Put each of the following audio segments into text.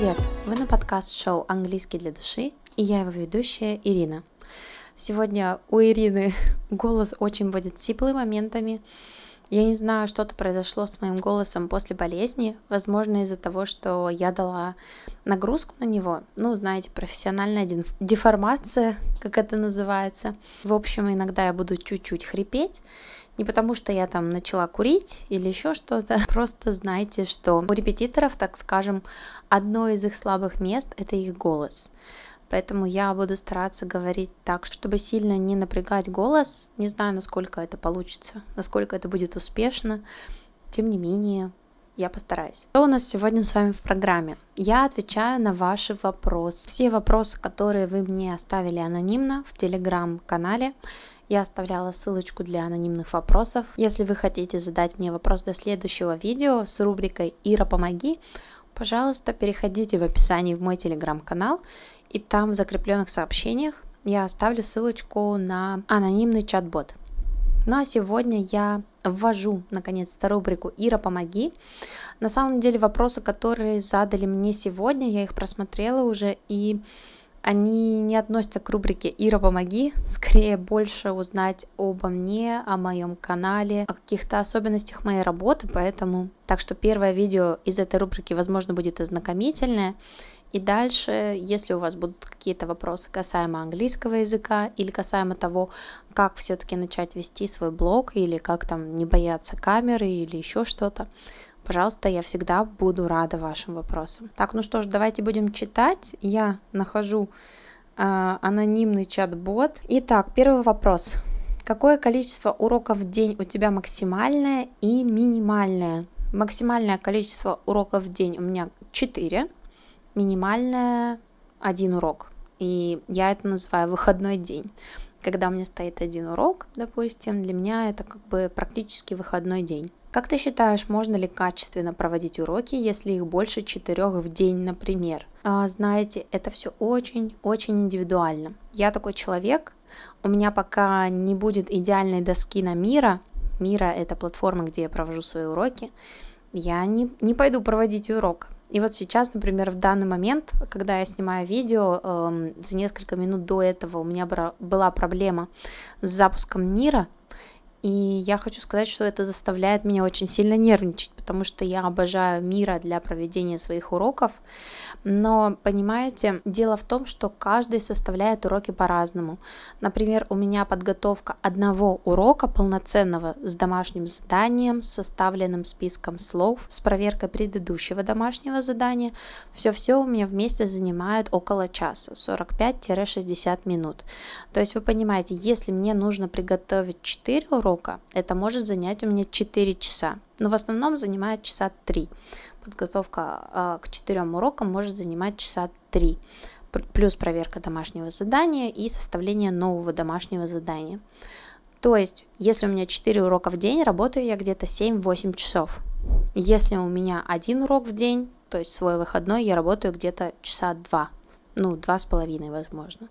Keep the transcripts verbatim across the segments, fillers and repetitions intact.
Привет! Вы на подкаст-шоу «Английский для души» и я его ведущая Ирина. Сегодня у Ирины голос очень будет сиплый моментами. Я не знаю, что-то произошло с моим голосом после болезни. Возможно, из-за того, что я дала нагрузку на него. Ну, знаете, профессиональная деформация, как это называется. В общем, иногда я буду чуть-чуть хрипеть. Не потому, что я там начала курить или еще что-то. Просто знайте, что у репетиторов, так скажем, одно из их слабых мест – это их голос. Поэтому я буду стараться говорить так, чтобы сильно не напрягать голос. Не знаю, насколько это получится, насколько это будет успешно. Тем не менее, я постараюсь. Что у нас сегодня с вами в программе? Я отвечаю на ваши вопросы. Все вопросы, которые вы мне оставили анонимно в телеграм-канале, я оставляла ссылочку для анонимных вопросов. Если вы хотите задать мне вопрос до следующего видео с рубрикой «Ира, помоги», пожалуйста, переходите в описании в мой телеграм-канал, и там в закрепленных сообщениях я оставлю ссылочку на анонимный чат-бот. Ну а сегодня я ввожу, наконец-то, рубрику «Ира, помоги». На самом деле вопросы, которые задали мне сегодня, я их просмотрела уже, и они не относятся к рубрике «Ира, помоги», скорее больше узнать обо мне, о моем канале, о каких-то особенностях моей работы, поэтому... Так что первое видео из этой рубрики, возможно, будет ознакомительное, и дальше, если у вас будут какие-то вопросы касаемо английского языка или касаемо того, как все-таки начать вести свой блог, или как там не бояться камеры или еще что-то, пожалуйста, я всегда буду рада вашим вопросам. Так, ну что ж, давайте будем читать. Я нахожу э, анонимный чат-бот. Итак, первый вопрос. Какое количество уроков в день у тебя максимальное и минимальное? Максимальное количество уроков в день у меня четыре, минимальное один урок. И я это называю выходной день. Когда у меня стоит один урок, допустим, для меня это как бы практически выходной день. Как ты считаешь, можно ли качественно проводить уроки, если их больше четырех в день, например? А, знаете, это все очень-очень индивидуально. Я такой человек, у меня пока не будет идеальной доски на Мира, Мира — это платформа, где я провожу свои уроки, я не, не пойду проводить урок. И вот сейчас, например, в данный момент, когда я снимаю видео, э, за несколько минут до этого у меня была проблема с запуском Мира, и я хочу сказать, что это заставляет меня очень сильно нервничать, потому что я обожаю Мира для проведения своих уроков. Но, понимаете, дело в том, что каждый составляет уроки по-разному. Например, у меня подготовка одного урока полноценного с домашним заданием, с составленным списком слов, с проверкой предыдущего домашнего задания. Все-все у меня вместе занимает около часа, сорок пять - шестьдесят минут. То есть вы понимаете, если мне нужно приготовить четыре урока, это может занять у меня четыре часа, но в основном занимает часа три. Подготовка э, к четырем урокам может занимать часа три, плюс проверка домашнего задания и составление нового домашнего задания. То есть, если у меня четыре урока в день, работаю я где-то семь-восемь часов. Если у меня один урок в день, то есть свой выходной, я работаю где-то часа два, ну, два с половиной, возможно.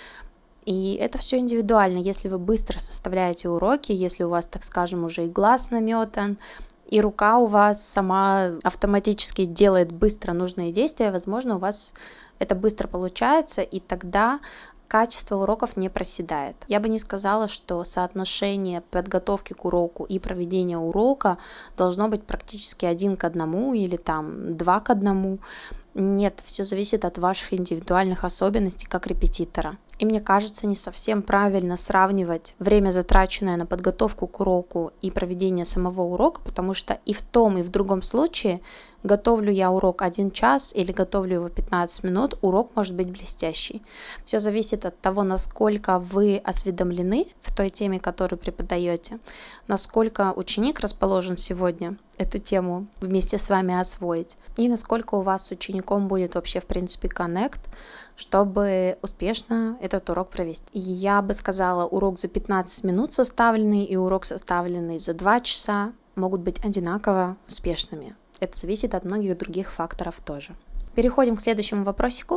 И это все индивидуально. Если вы быстро составляете уроки, если у вас, так скажем, уже и глаз наметан, и рука у вас сама автоматически делает быстро нужные действия, возможно, у вас это быстро получается, и тогда качество уроков не проседает. Я бы не сказала, что соотношение подготовки к уроку и проведения урока должно быть практически один к одному или там два к одному. Нет, все зависит от ваших индивидуальных особенностей как репетитора. И мне кажется, не совсем правильно сравнивать время, затраченное на подготовку к уроку, и проведение самого урока, потому что и в том, и в другом случае, готовлю я урок один час или готовлю его пятнадцать минут, урок может быть блестящий. Все зависит от того, насколько вы осведомлены в той теме, которую преподаете, насколько ученик расположен сегодня эту тему вместе с вами освоить, и насколько у вас с учеником будет вообще, в принципе, коннект, чтобы успешно этот урок провести. И я бы сказала, урок за пятнадцать минут составленный и урок, составленный за два часа, могут быть одинаково успешными. Это зависит от многих других факторов тоже. Переходим к следующему вопросику.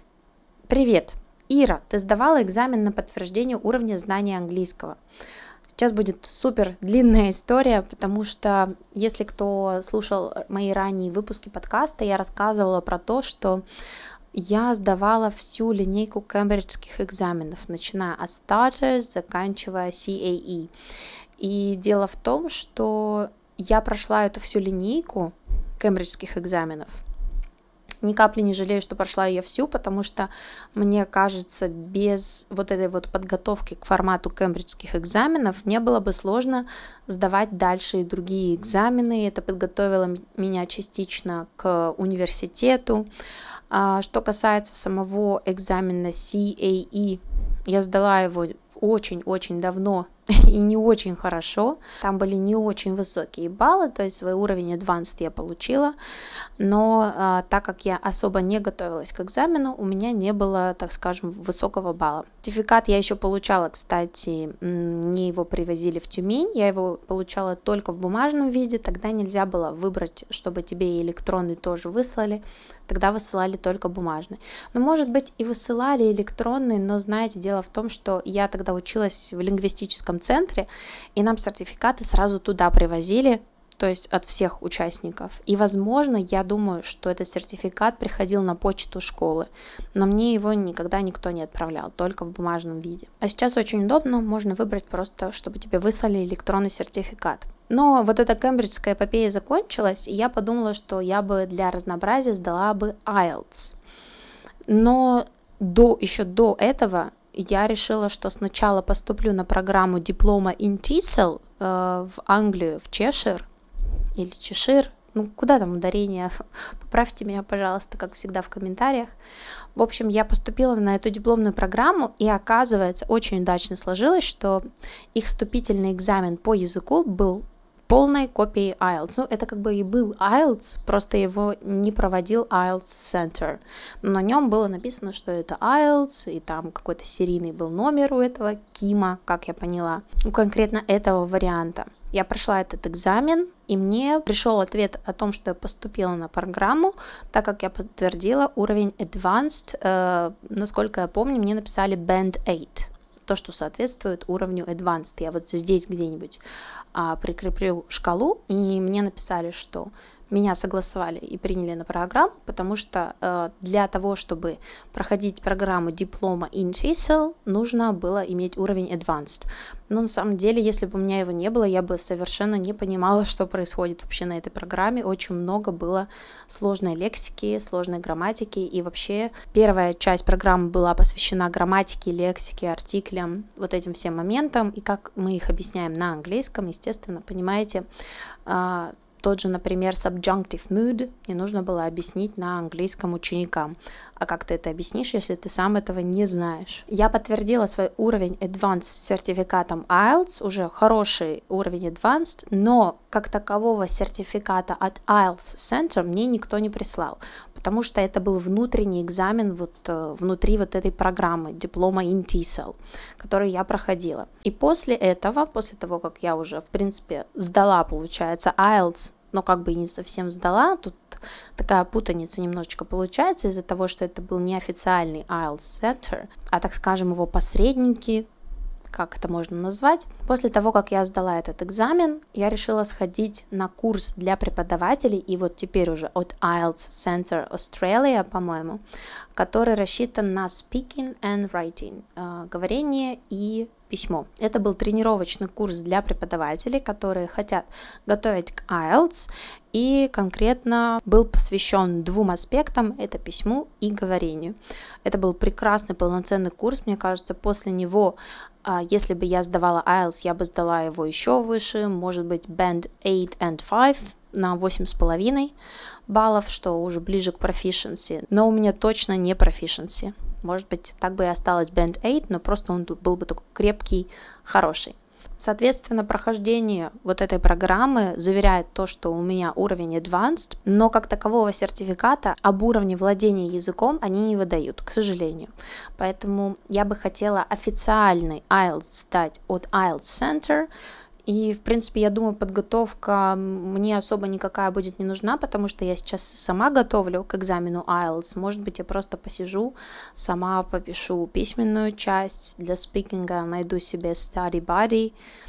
Привет! Ира, ты сдавала экзамен на подтверждение уровня знания английского. Сейчас будет супер длинная история, потому что если кто слушал мои ранние выпуски подкаста, я рассказывала про то, что я сдавала всю линейку кембриджских экзаменов, начиная от Starters, заканчивая си эй и. И дело в том, что я прошла эту всю линейку кембриджских экзаменов. Ни капли не жалею, что прошла ее всю, потому что, мне кажется, без вот этой вот подготовки к формату кембриджских экзаменов не было бы сложно сдавать дальше и другие экзамены. Это подготовило меня частично к университету. Что касается самого экзамена си эй и, я сдала его очень-очень давно и не очень хорошо. Там были не очень высокие баллы, то есть свой уровень Advanced я получила, но а, так как я особо не готовилась к экзамену, у меня не было, так скажем, высокого балла. Сертификат я еще получала, кстати, мне его привозили в Тюмень, я его получала только в бумажном виде, тогда нельзя было выбрать, чтобы тебе и электронный тоже выслали, тогда высылали только бумажный. Но, может быть, и высылали электронный, но, знаете, дело в том, что я тогда училась в лингвистическом центре, и нам сертификаты сразу туда привозили, то есть от всех участников. И, возможно, я думаю, что этот сертификат приходил на почту школы, но мне его никогда никто не отправлял, только в бумажном виде. А сейчас очень удобно, можно выбрать просто, чтобы тебе выслали электронный сертификат. Но вот эта кембриджская эпопея закончилась, и я подумала, что я бы для разнообразия сдала бы айлтс. Но до, еще до этого я решила, что сначала поступлю на программу диплома ин ти эс эл э, в Англию, в Чешир, или Чешир, ну куда там ударение, поправьте меня, пожалуйста, как всегда в комментариях. В общем, я поступила на эту дипломную программу, и оказывается, очень удачно сложилось, что их вступительный экзамен по языку был полной копией айлтс. Ну, это как бы и был айлтс, просто его не проводил айлтс Center. Но на нем было написано, что это айлтс, и там какой-то серийный был номер у этого Кима, как я поняла, у конкретно этого варианта. Я прошла этот экзамен, и мне пришел ответ о том, что я поступила на программу, так как я подтвердила уровень Advanced. Э, насколько я помню, мне написали Band восемь. То, что соответствует уровню Advanced. Я вот здесь где-нибудь а, прикреплю шкалу, и мне написали, что меня согласовали и приняли на программу, потому что э, для того, чтобы проходить программу диплома ин ти эс эл, нужно было иметь уровень Advanced. Но на самом деле, если бы у меня его не было, я бы совершенно не понимала, что происходит вообще на этой программе. Очень много было сложной лексики, сложной грамматики, и вообще первая часть программы была посвящена грамматике, лексике, артиклям, вот этим всем моментам, и как мы их объясняем на английском, естественно, понимаете, э, тот же, например, subjunctive mood мне нужно было объяснить на английском ученикам. А как ты это объяснишь, если ты сам этого не знаешь? Я подтвердила свой уровень Advanced сертификатом айлтс, уже хороший уровень Advanced, но как такового сертификата от айлтс Center мне никто не прислал, потому что это был внутренний экзамен вот внутри вот этой программы диплома ин ти эс эл, который я проходила. И после этого, после того, как я уже, в принципе, сдала, получается, айлтс, но как бы и не совсем сдала, тут такая путаница немножечко получается из-за того, что это был неофициальный айлтс Center, а, так скажем, его посредники, как это можно назвать. После того, как я сдала этот экзамен, я решила сходить на курс для преподавателей, и вот теперь уже от айлтс Center Australia, по-моему, который рассчитан на speaking and writing, э, говорение и письмо. Это был тренировочный курс для преподавателей, которые хотят готовить к айлтс, и конкретно был посвящен двум аспектам, это письму и говорению. Это был прекрасный полноценный курс, мне кажется, после него, если бы я сдавала айлтс, я бы сдала его еще выше, может быть, Band восемь and пять на восемь с половиной баллов, что уже ближе к proficiency, но у меня точно не proficiency. Может быть, так бы и осталось Band восемь, но просто он был бы такой крепкий, хороший. Соответственно, прохождение вот этой программы заверяет то, что у меня уровень Advanced, но как такового сертификата об уровне владения языком они не выдают, к сожалению. Поэтому я бы хотела официальный айлтс сдать от айлтс Center. И, в принципе, я думаю, подготовка мне особо никакая будет не нужна, потому что я сейчас сама готовлю к экзамену айлтс. Может быть, я просто посижу, сама попишу письменную часть для спикинга, найду себе study buddy,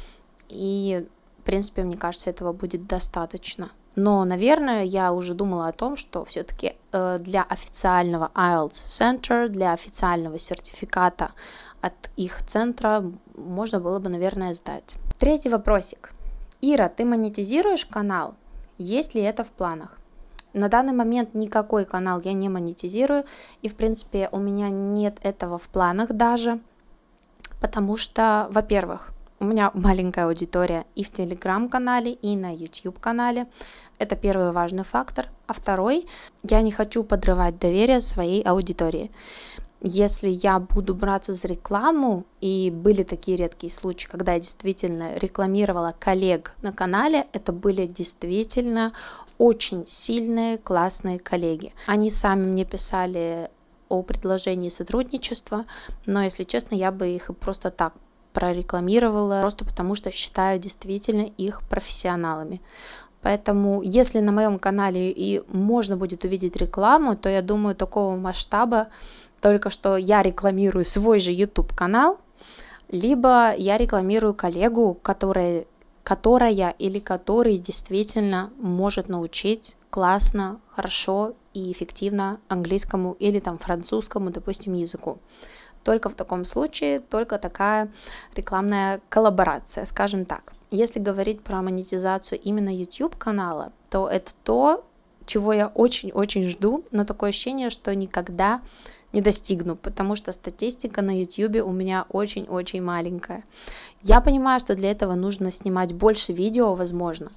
и, в принципе, мне кажется, этого будет достаточно. Но, наверное, я уже думала о том, что все-таки э, для официального ай эл ти эс Center, для официального сертификата от их центра можно было бы, наверное, сдать. Третий вопросик. Ира, ты монетизируешь канал? Есть ли это в планах? На данный момент никакой канал я не монетизирую, и, в принципе, у меня нет этого в планах даже, потому что, во-первых, у меня маленькая аудитория и в Телеграм-канале, и на YouTube-канале. Это первый важный фактор. А второй, я не хочу подрывать доверие своей аудитории. Если я буду браться за рекламу, и были такие редкие случаи, когда я действительно рекламировала коллег на канале, это были действительно очень сильные, классные коллеги. Они сами мне писали о предложении сотрудничества, но, если честно, я бы их просто так прорекламировала, просто потому что считаю действительно их профессионалами. Поэтому, если на моем канале и можно будет увидеть рекламу, то я думаю, такого масштаба, только что я рекламирую свой же YouTube-канал, либо я рекламирую коллегу, которая, которая или который действительно может научить классно, хорошо и эффективно английскому или там французскому, допустим, языку. Только в таком случае, только такая рекламная коллаборация, скажем так. Если говорить про монетизацию именно YouTube-канала, то это то, чего я очень-очень жду, но такое ощущение, что никогда не достигну, потому что статистика на YouTube у меня очень-очень маленькая. Я понимаю, что для этого нужно снимать больше видео, возможно.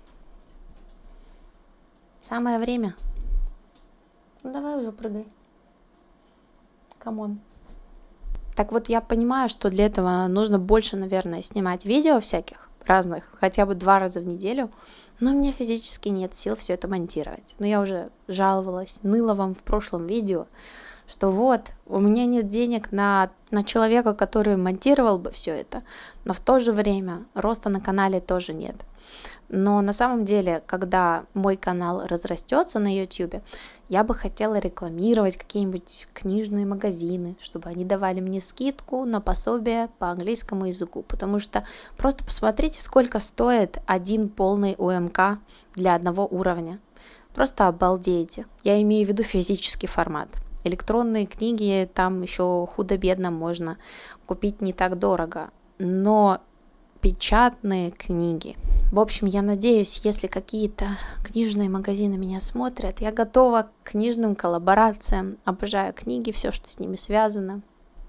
Самое время. Ну давай уже прыгай. Камон. Так вот, я понимаю, что для этого нужно больше, наверное, снимать видео всяких разных, хотя бы два раза в неделю, но у меня физически нет сил все это монтировать. Но я уже жаловалась, ныла вам в прошлом видео, что вот, у меня нет денег на, на человека, который монтировал бы все это, но в то же время роста на канале тоже нет. Но на самом деле, когда мой канал разрастется на YouTube, я бы хотела рекламировать какие-нибудь книжные магазины, чтобы они давали мне скидку на пособие по английскому языку, потому что просто посмотрите, сколько стоит один полный о эм ка для одного уровня. Просто обалдейте. Я имею в виду физический формат. Электронные книги там еще худо-бедно можно купить не так дорого, но печатные книги. В общем, я надеюсь, если какие-то книжные магазины меня смотрят, я готова к книжным коллаборациям, обожаю книги, все, что с ними связано.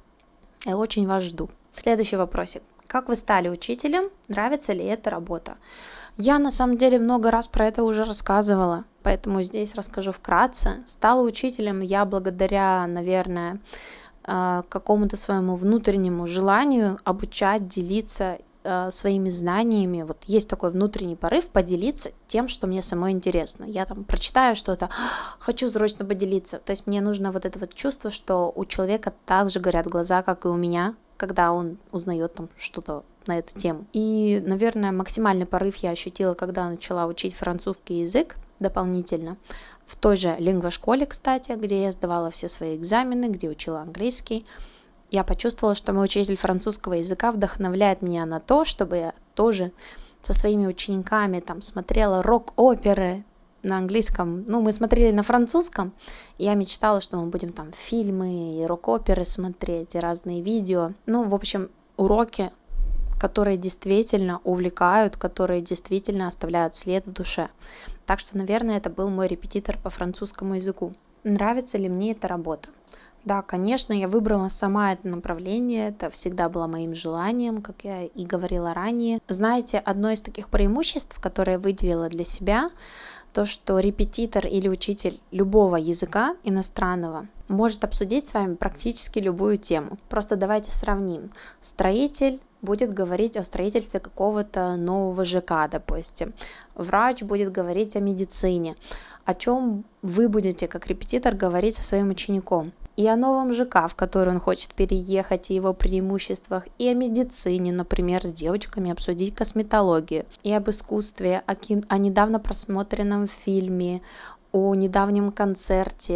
Я очень вас жду. Следующий вопросик. Как вы стали учителем? Нравится ли эта работа? Я на самом деле много раз про это уже рассказывала, поэтому здесь расскажу вкратце. Стала учителем я благодаря, наверное, какому-то своему внутреннему желанию обучать, делиться своими знаниями. Вот есть такой внутренний порыв поделиться тем, что мне самой интересно. Я там прочитаю что-то, хочу срочно поделиться. То есть мне нужно вот это вот чувство, что у человека также горят глаза, как и у меня, когда он узнает там что-то на эту тему. И, наверное, максимальный порыв я ощутила, когда начала учить французский язык дополнительно. В той же лингвошколе, кстати, где я сдавала все свои экзамены, где учила английский. Я почувствовала, что мой учитель французского языка вдохновляет меня на то, чтобы я тоже со своими учениками там смотрела рок-оперы на английском. Ну, мы смотрели на французском, и я мечтала, что мы будем там фильмы и рок-оперы смотреть, и разные видео. Ну, в общем, уроки, которые действительно увлекают, которые действительно оставляют след в душе. Так что, наверное, это был мой репетитор по французскому языку. Нравится ли мне эта работа? Да, конечно, я выбрала сама это направление, это всегда было моим желанием, как я и говорила ранее. Знаете, одно из таких преимуществ, которое я выделила для себя, то, что репетитор или учитель любого языка иностранного может обсудить с вами практически любую тему. Просто давайте сравним. Строитель будет говорить о строительстве какого-то нового ЖК, допустим. Врач будет говорить о медицине. О чем вы будете, как репетитор, говорить со своим учеником. И о новом ЖК, в который он хочет переехать, и его преимуществах, и о медицине, например, с девочками обсудить косметологию, и об искусстве, о, кин- о недавно просмотренном фильме, о недавнем концерте.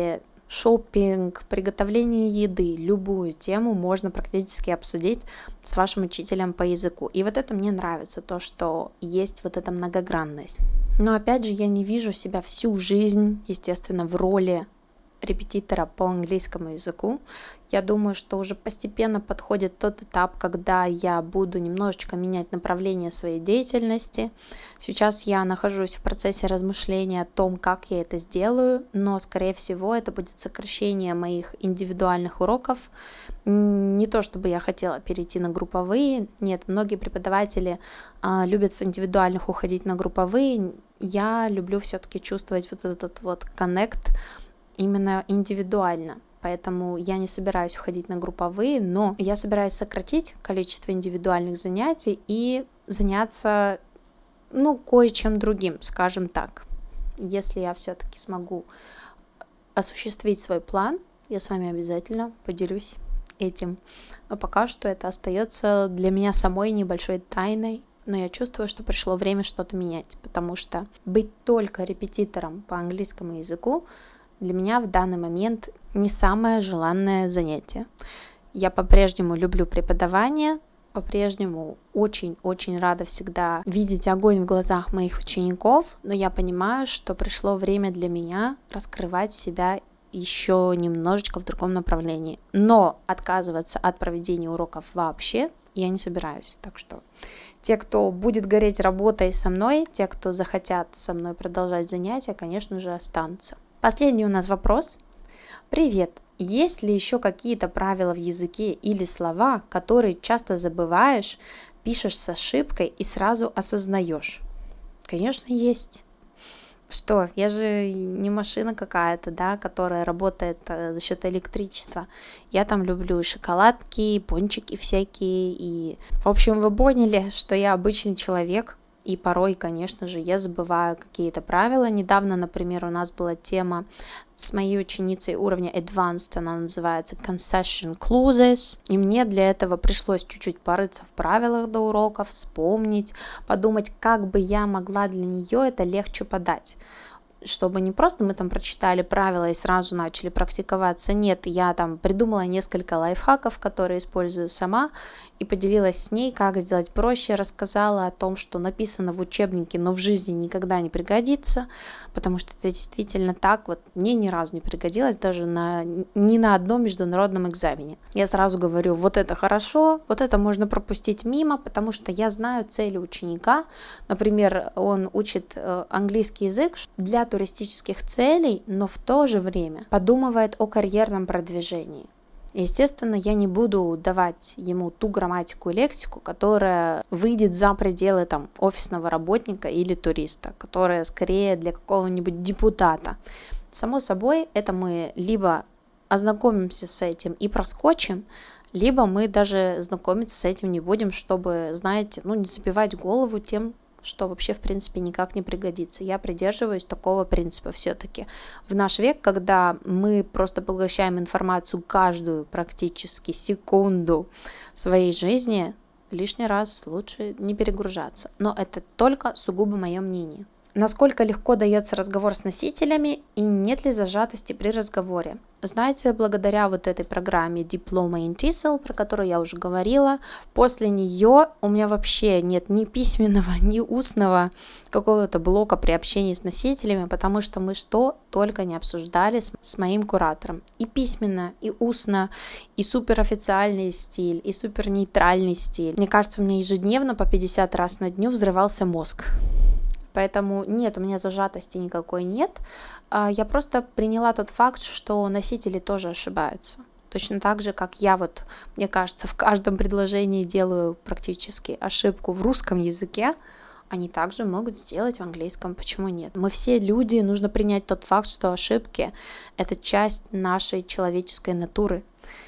шопинг, приготовление еды, любую тему можно практически обсудить с вашим учителем по языку. И вот это мне нравится, то, что есть вот эта многогранность. Но опять же, я не вижу себя всю жизнь, естественно, в роли репетитора по английскому языку. Я думаю, что уже постепенно подходит тот этап, когда я буду немножечко менять направление своей деятельности. Сейчас я нахожусь в процессе размышления о том, как я это сделаю, но, скорее всего, это будет сокращение моих индивидуальных уроков. Не то, чтобы я хотела перейти на групповые. Нет, многие преподаватели а, любят с индивидуальных уходить на групповые. Я люблю все-таки чувствовать вот этот вот коннект именно индивидуально. Поэтому я не собираюсь уходить на групповые, но я собираюсь сократить количество индивидуальных занятий и заняться, ну, кое-чем другим, скажем так. Если я все-таки смогу осуществить свой план, я с вами обязательно поделюсь этим. Но пока что это остается для меня самой небольшой тайной, но я чувствую, что пришло время что-то менять, потому что быть только репетитором по английскому языку для меня в данный момент не самое желанное занятие. Я по-прежнему люблю преподавание, по-прежнему очень-очень рада всегда видеть огонь в глазах моих учеников, но я понимаю, что пришло время для меня раскрывать себя еще немножечко в другом направлении. Но отказываться от проведения уроков вообще я не собираюсь. Так что те, кто будет гореть работой со мной, те, кто захотят со мной продолжать занятия, конечно же, останутся. Последний у нас вопрос. Привет! Есть ли еще какие-то правила в языке или слова, которые часто забываешь, пишешь с ошибкой и сразу осознаешь? Конечно, есть. Что, я же не машина какая-то, да, которая работает за счет электричества. Я там люблю и шоколадки, и пончики всякие, и... В общем, вы поняли, что я обычный человек, и порой, конечно же, я забываю какие-то правила. Недавно, например, у нас была тема с моей ученицей уровня Advanced, она называется Concession Clauses, и мне для этого пришлось чуть-чуть порыться в правилах до уроков, вспомнить, подумать, как бы я могла для нее это легче подать. Чтобы не просто мы там прочитали правила и сразу начали практиковаться. Нет, я там придумала несколько лайфхаков, которые использую сама, и поделилась с ней, как сделать проще, рассказала о том, что написано в учебнике, но в жизни никогда не пригодится, потому что это действительно так, вот мне ни разу не пригодилось, даже на, ни на одном международном экзамене. Я сразу говорю, вот это хорошо, вот это можно пропустить мимо, потому что я знаю цели ученика. Например, он учит английский язык для туристических целей, но в то же время подумывает о карьерном продвижении. Естественно, я не буду давать ему ту грамматику и лексику, которая выйдет за пределы там, офисного работника или туриста, которая скорее для какого-нибудь депутата. Само собой, это мы либо ознакомимся с этим и проскочим, либо мы даже знакомиться с этим не будем, чтобы, знаете, ну, не забивать голову тем, что вообще, в принципе, никак не пригодится. Я придерживаюсь такого принципа все-таки. В наш век, когда мы просто поглощаем информацию каждую практически секунду своей жизни, лишний раз лучше не перегружаться. Но это только сугубо мое мнение. Насколько легко дается разговор с носителями и нет ли зажатости при разговоре? Знаете, благодаря вот этой программе Diploma in T E S L, про которую я уже говорила, после нее у меня вообще нет ни письменного, ни устного какого-то блока при общении с носителями, потому что мы что только не обсуждали с, с моим куратором. И письменно, и устно, и суперофициальный стиль, и супернейтральный стиль. Мне кажется, у меня ежедневно по пятьдесят раз на дню взрывался мозг. Поэтому нет, у меня зажатости никакой нет. Я просто приняла тот факт, что носители тоже ошибаются. Точно так же, как я вот, мне кажется, в каждом предложении делаю практически ошибку в русском языке, они также могут сделать в английском. Почему нет? Мы все люди, нужно принять тот факт, что ошибки – это часть нашей человеческой натуры.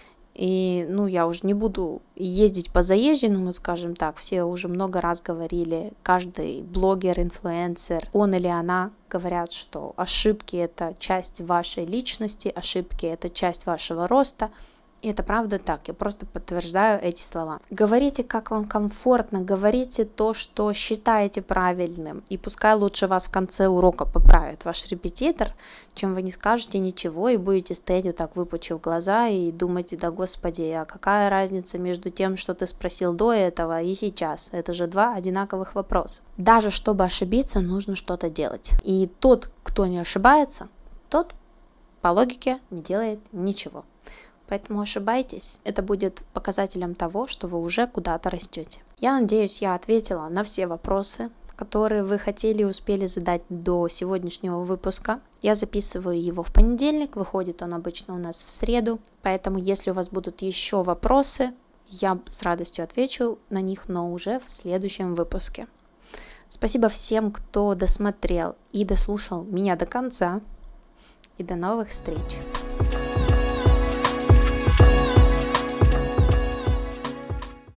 И, ну, я уже не буду ездить по заезженному, скажем так, все уже много раз говорили, каждый блогер, инфлюенсер, он или она говорят, что ошибки – это часть вашей личности, ошибки – это часть вашего роста. И это правда так, я просто подтверждаю эти слова. Говорите, как вам комфортно, говорите то, что считаете правильным, и пускай лучше вас в конце урока поправит ваш репетитор, чем вы не скажете ничего и будете стоять вот так, выпучив глаза, и думаете: да господи, а какая разница между тем, что ты спросил до этого и сейчас? Это же два одинаковых вопроса. Даже чтобы ошибиться, нужно что-то делать. И тот, кто не ошибается, тот по логике не делает ничего. Поэтому ошибайтесь, это будет показателем того, что вы уже куда-то растете. Я надеюсь, я ответила на все вопросы, которые вы хотели и успели задать до сегодняшнего выпуска. Я записываю его в понедельник, выходит он обычно у нас в среду, поэтому если у вас будут еще вопросы, я с радостью отвечу на них, но уже в следующем выпуске. Спасибо всем, кто досмотрел и дослушал меня до конца, и до новых встреч!